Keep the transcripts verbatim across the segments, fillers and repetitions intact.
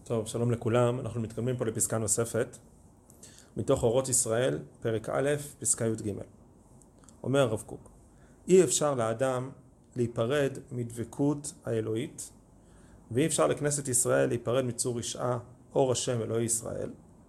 טוב, שלום לכולם. אנחנו מתקדמים פה לפסקה נוספת מתוך אורות ישראל, פרק א', פסקה י' ג'. אומר הרב קוק, אי אפשר לאדם להיפרד מדבקות האלוהית, ואי אפשר לכנסת ישראל להיפרד מצור רשעה אור השם אלוהי ישראל,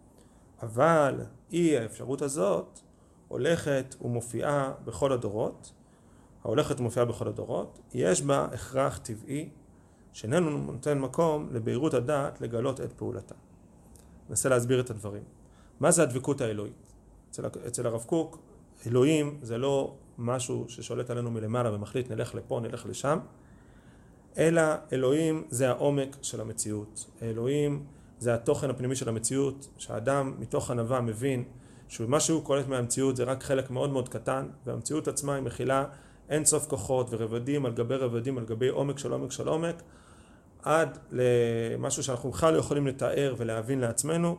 אבל אי האפשרות הזאת הולכת ומופיעה בכל הדורות, ההולכת ומופיעה בכל הדורות, יש בה הכרח טבעי שאיננו נותן מקום לבהירות הדעת לגלות את פעולתה. ננסה להסביר את הדברים. מה זה הדבקות האלוהית? אצל, אצל הרב קוק, אלוהים זה לא משהו ששולט עלינו מלמעלה ומחליט נלך לפה, נלך לשם, אלא אלוהים זה העומק של המציאות. אלוהים זה התוכן הפנימי של המציאות, שהאדם מתוך ענווה מבין שמה שהוא קולט מהמציאות זה רק חלק מאוד מאוד קטן, והמציאות עצמה היא מכילה אין סוף כוחות ורבדים על גבי רבדים על גבי עומק של עומק של עומק, עד למשהו שאנחנו בכלל לא יכולים לתאר ולהבין לעצמנו,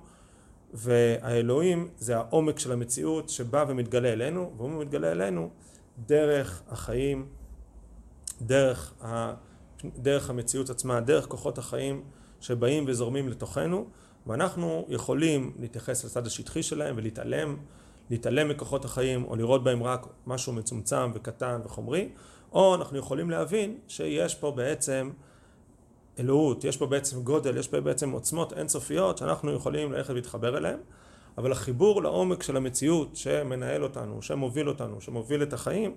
והאלוהים זה העומק של המציאות שבא ומתגלה אלינו, והוא מתגלה אלינו דרך החיים, דרך, ה, דרך המציאות עצמה, דרך כוחות החיים שבאים וזורמים לתוכנו, ואנחנו יכולים להתייחס לצד השטחי שלהם ולהתעלם, להתעלם מכוחות החיים או לראות בהם רק משהו מצומצם וקטן וחומרי, או אנחנו יכולים להבין שיש פה בעצם אלוהות, יש פה בעצם גודל, יש פה בעצם עוצמות אינסופיות שאנחנו יכולים ללכת להתחבר אליהם, אבל החיבור לעומק של המציאות שמנהל אותנו, שמוביל אותנו, שמוביל את החיים,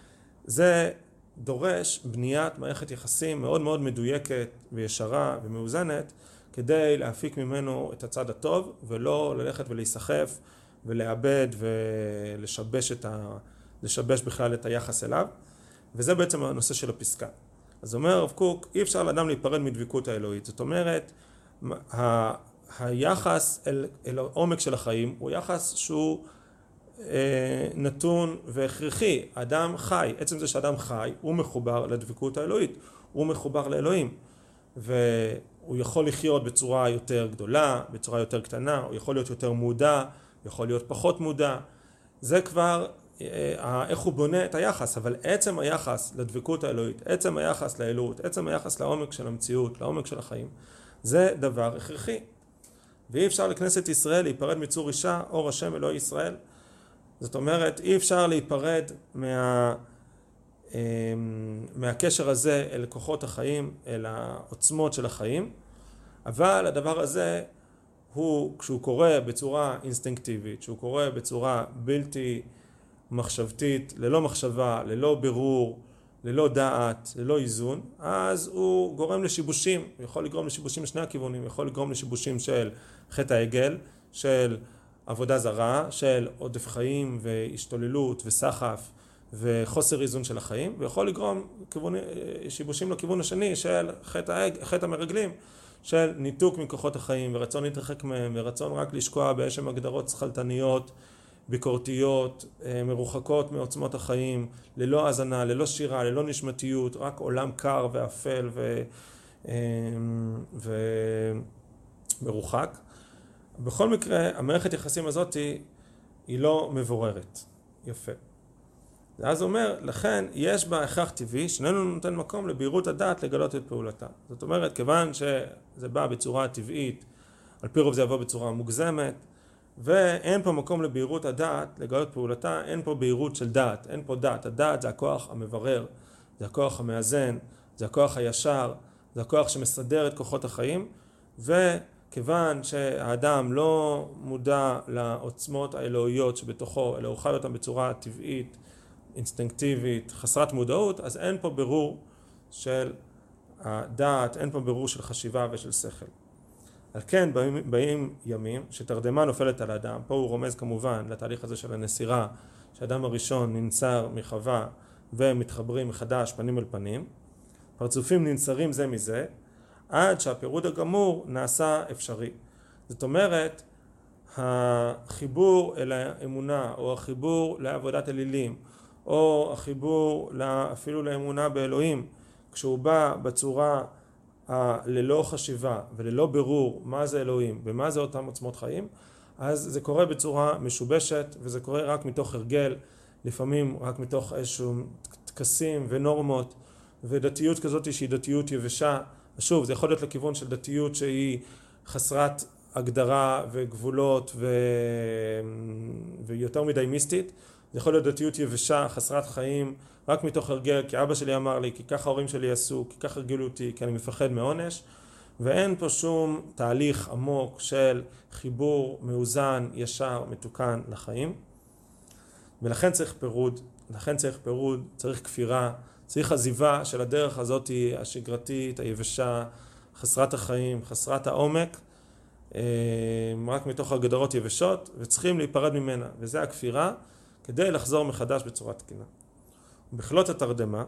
זה דורש בניית מערכת יחסים מאוד מאוד מדויקת וישרה ומאוזנת, כדי להפיק ממנו את הצד הטוב, ולא ללכת ולהיסחף ולאבד ולשבש את ה... לשבש בכלל את היחס אליו, וזה בעצם הנושא של הפסקה. אז אומר הרב קוק, אי אפשר לאדם להיפרד מדבקות האלוהית. זאת אומרת, ה... היחס אל... אל העומק של החיים הוא יחס שהוא אה, נתון והכרחי. אדם חי, עצם זה שאדם חי, הוא מחובר לדבקות האלוהית, הוא מחובר לאלוהים, והוא יכול לחיות בצורה יותר גדולה, בצורה יותר קטנה, הוא יכול להיות יותר מודע, יכול להיות פחות מודע. זה כבר איך הוא בונה את היחס, אבל עצם היחס לדבקות האלוהית, עצם היחס לאלוהות, עצם היחס לעומק של המציאות, לעומק של החיים, זה דבר הכרחי. ואי אפשר לכנסת ישראל להיפרד מצור רשעה אור השם אלוהי ישראל. זאת אומרת, אי אפשר להיפרד מה, מהקשר הזה אל כוחות החיים, אל העוצמות של החיים, אבל הדבר הזה הוא, כשהוא קורה בצורה אינסטינקטיבית, כשהוא קורה בצורה בלתי מחשבתית, ללא מחשבה, ללא ברור, ללא דעת, ללא איזון, אז הוא גורם לשיבושים, הוא יכול לגרום לשיבושים משני הכיוונים, יכול לגרום לשיבושים של חטא העגל, של עבודה זרה, של עודף חיים והשתוללות וסחף וחוסר איזון של החיים, ויכול לגרום כיוון, שיבושים לכיוון השני של חטא, חטא המרגלים, של ניתוק מכוחות החיים ורצון להתרחק מהם ורצון רק לשקוע באיזשהם הגדרות שכלתניות, ביקורתיות, מרוחקות מעוצמות החיים, ללא הזנה, ללא שירה, ללא נשמתיות, רק עולם קר ואפל ו... ומרוחק. בכל מקרה, המערכת יחסים הזאת היא, היא לא מבוררת. יפה. ואז אומר, לכן יש בה הכרח טבעי, שאיננו נותן מקום לבהירות הדעת לגלות את פעולתה. זאת אומרת, כיוון שזה בא בצורה טבעית, על פי רוב זה יבוא בצורה מוגזמת, ואין פה מקום לבהירות הדעת לגלות פעולתה, אין פה בהירות של דעת, אין פה דעת. הדעת זה הכוח המברר, זה הכוח המאזן, זה הכוח הישר, זה הכוח שמסדר את כוחות החיים, וכיוון שהאדם לא מודע לעוצמות האלוהיות שבתוכו, אלא הוא חי אותם בצורה טבעית, אינסטינקטיבית, חסרת מודעות, אז אין פה ברור של הדעת, אין פה ברור של חשיבה ושל שכל. על כן באים, באים ימים שתרדמה נופלת על האדם, פה הוא רומז כמובן לתהליך הזה של הנסירה, שהאדם הראשון ננצר מחווה ומתחברים מחדש פנים אל פנים, פרצופים ננצרים זה מזה, עד שהפירוד הגמור נעשה אפשרי. זאת אומרת, החיבור אל האמונה, או החיבור לעבודת אלילים, או החיבור אפילו לאמונה באלוהים, כשהוא בא בצורה ללא חשיבה וללא ברור מה זה אלוהים ומה זה אותם עוצמות חיים, אז זה קורה בצורה משובשת, וזה קורה רק מתוך הרגל, לפעמים רק מתוך איזשהו טקסים ונורמות, ודתיות כזאת שהיא דתיות יבשה. שוב, זה יכול להיות לכיוון של דתיות שהיא חסרת הגדרה וגבולות ו... ויותר מדי מיסטית. זה יכול להיות דתיות יבשה, חסרת חיים, רק מתוך הרגל, כי אבא שלי אמר לי, כי ככה ההורים שלי עשו, כי ככה הרגילו אותי, כי אני מפחד מעונש. ואין פה שום תהליך עמוק של חיבור מאוזן, ישר, מתוקן לחיים. ולכן צריך פירוד, לכן צריך פירוד, צריך כפירה, צריך עזיבה של הדרך הזאת השגרתית, היבשה, חסרת החיים, חסרת העומק, רק מתוך הגדרות יבשות, וצריכים להיפרד ממנה, וזה הכפירה, כדי לחזור מחדש בצורה תקינה. בכלות התרדמה,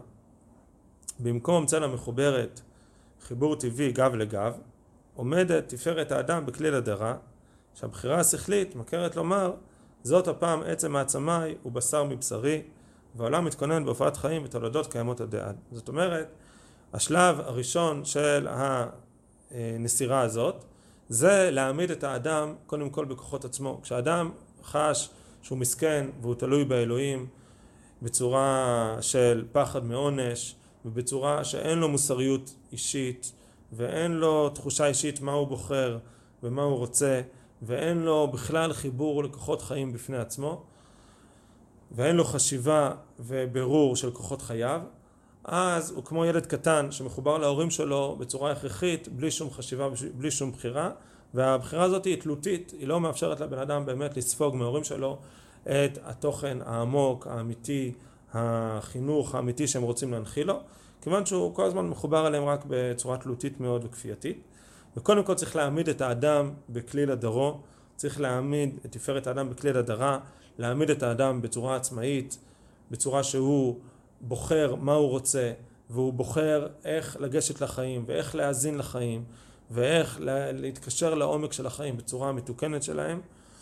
במקום צלע מחוברת, חיבור טבעי גב לגב, עומדת תפארת האדם בכליל הדרה, שהבחירה השכלית מכרת לומר, זאת הפעם עצם מעצמי ובשר מבשרי, והעולם מתכונן בהופעת חיים ותולדות קיימות עד עד. זאת אומרת, השלב הראשון של הנסירה הזאת, זה להעמיד את האדם קודם כל בכוחות עצמו. כשאדם חש שהוא מסכן והוא תלוי באלוהים בצורה של פחד מעונש, ובצורה שאין לו מוסריות אישית, ואין לו תחושה אישית מה הוא בוחר ומה הוא רוצה, ואין לו בכלל חיבור לכוחות חיים בפני עצמו, ואין לו חשיבה וברור של כוחות חייו, אז הוא כמו ילד קטן שמחובר להורים שלו בצורה הכרחית, בלי שום חשיבה, בלי שום בחירה, והבחירה הזאת היא תלותית, היא לא מאפשרת לבן אדם באמת לספוג מההורים שלו את התוכן העמוק, האמיתי, החינוך האמיתי שהם רוצים להנחיל לו, כיוון שהוא כל הזמן מחובר אליהם רק בצורה תלותית מאוד וכפייתית. וקודם כל צריך להעמיד את האדם בכליל הדרו, צריך להעמיד את תפארת האדם בכליל הדרה, להעמיד את האדם בצורה עצמאית, בצורה שהוא בוחר מה הוא רוצה, והוא בוחר איך לגשת לחיים, ואיך להאזין לחיים, ואיך להתקשר לעומק של החיים בצורה המתוקנת שלהם.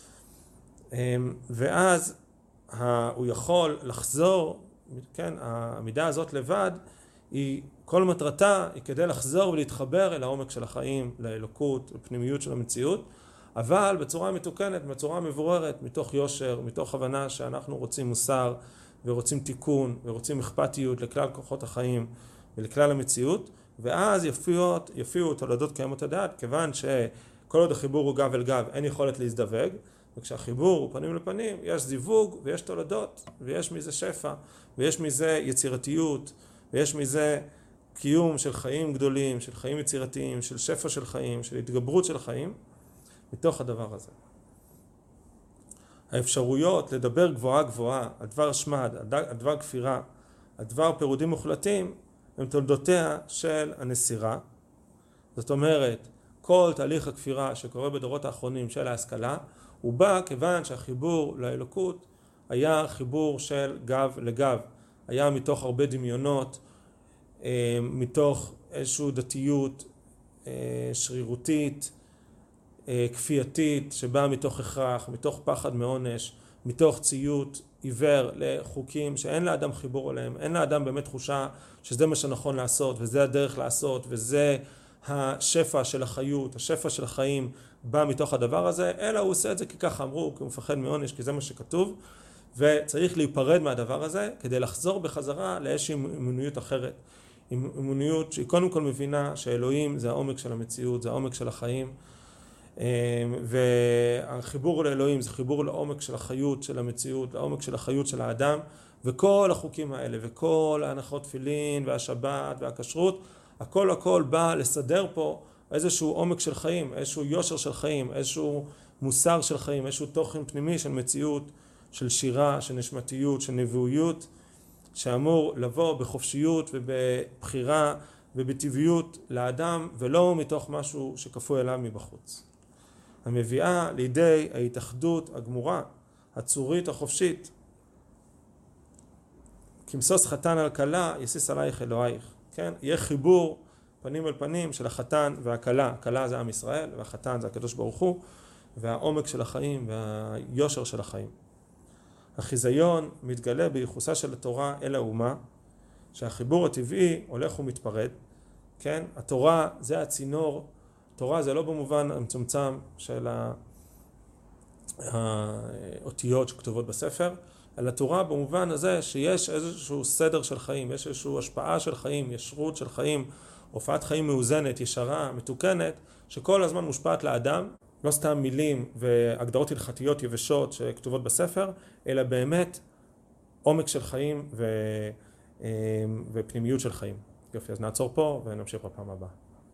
ואז הוא יכול לחזור, כן, העמידה הזאת לבד, היא, כל מטרתה היא כדי לחזור ולהתחבר אל העומק של החיים, לאלוקות, לפנימיות של המציאות, אבל בצורה מתוקנת, בצורה מבוררת, מתוך יושר, מתוך הבנה שאנחנו רוצים מוסר, ורוצים תיקון, ורוצים אכפתיות לכלל כוחות החיים ולכלל המציאות, ואז יופיעו, יופיעו תולדות קיימות עד עד, כיוון שכל עוד החיבור הוא גב אל גב, אין יכולת להזדווג, וכשהחיבור הוא פנים לפנים, יש זיווג ויש תולדות, ויש מזה שפע, ויש מזה יצירתיות, ויש מזה קיום של חיים גדולים, של חיים יצירתיים, של שפע של חיים, של התגברות של חיים, מתוך הדבר הזה. האפשרויות לדבר גבוהה גבוהה, הדבר שמד, הדבר כפירה, הדבר פירודים מוחלטים, הם תולדותיה של הנסירה. זאת אומרת, כל תהליך הכפירה שקורה בדורות האחרונים של ההשכלה, הוא בא כיוון שהחיבור לאלוקות היה חיבור של גב לגב, היה מתוך הרבה דמיונות, מתוך איזושהי דתיות שרירותית, כפייתית, שבאה מתוך הכרח, מתוך פחד מעונש, מתוך ציות עיוור לחוקים שאין לאדם חיבור עליהם, אין לאדם באמת תחושה שזה מה שנכון לעשות, וזה הדרך לעשות, וזה השפע של החיות, השפע של החיים בא מתוך הדבר הזה, אלא הוא עושה את זה כי ככה אמרו, כי הוא מפחד מעונש, כי זה מה שכתוב, וצריך להיפרד מהדבר הזה כדי לחזור בחזרה לאיזושהי אמוניות אחרת. אמוניות שהיא קודם כל מבינה שאלוהים זה העומק של המציאות, זה העומק של החיים, והחיבור לאלוהים זה חיבור לעומק של החיות של המציאות, לעומק של החיות של האדם, וכל החוקים האלה וכל ההנחות תפילין והשבת והכשרות, הכל הכל בא לסדר פה איזשהו עומק של חיים, איזשהו יושר של חיים, איזשהו מוסר של חיים, איזשהו תוכן פנימי של מציאות, של שירה, של נשמתיות, של נבואיות, שאמור לבוא בחופשיות ובבחירה ובטבעיות לאדם, ולא מתוך משהו שכפוי אליו מבחוץ. המביאה לידי ההתאחדות הגמורה, הצורית החופשית. כמסוס חתן על כלה, יסיס עלייך אלוהיך. כן? יהיה חיבור פנים אל פנים של החתן והכלה. הכלה זה עם ישראל, והחתן זה הקדוש ברוך הוא, והעומק של החיים והיושר של החיים. החיזיון מתגלה בייחוסה של התורה אל האומה, שהחיבור הטבעי הולך ומתפרד. כן? התורה זה הצינור, תורה זה לא במובן המצומצם של האותיות שכתובות בספר, אלא תורה במובן הזה שיש איזשהו סדר של חיים, יש איזושהי השפעה של חיים, ישרות של חיים, הופעת חיים מאוזנת, ישרה, מתוקנת, שכל הזמן מושפעת לאדם, לא סתם מילים והגדרות הלכתיות יבשות שכתובות בספר, אלא באמת עומק של חיים ו... ופנימיות של חיים. יופי, אז נעצור פה ונמשיך בפעם הבאה.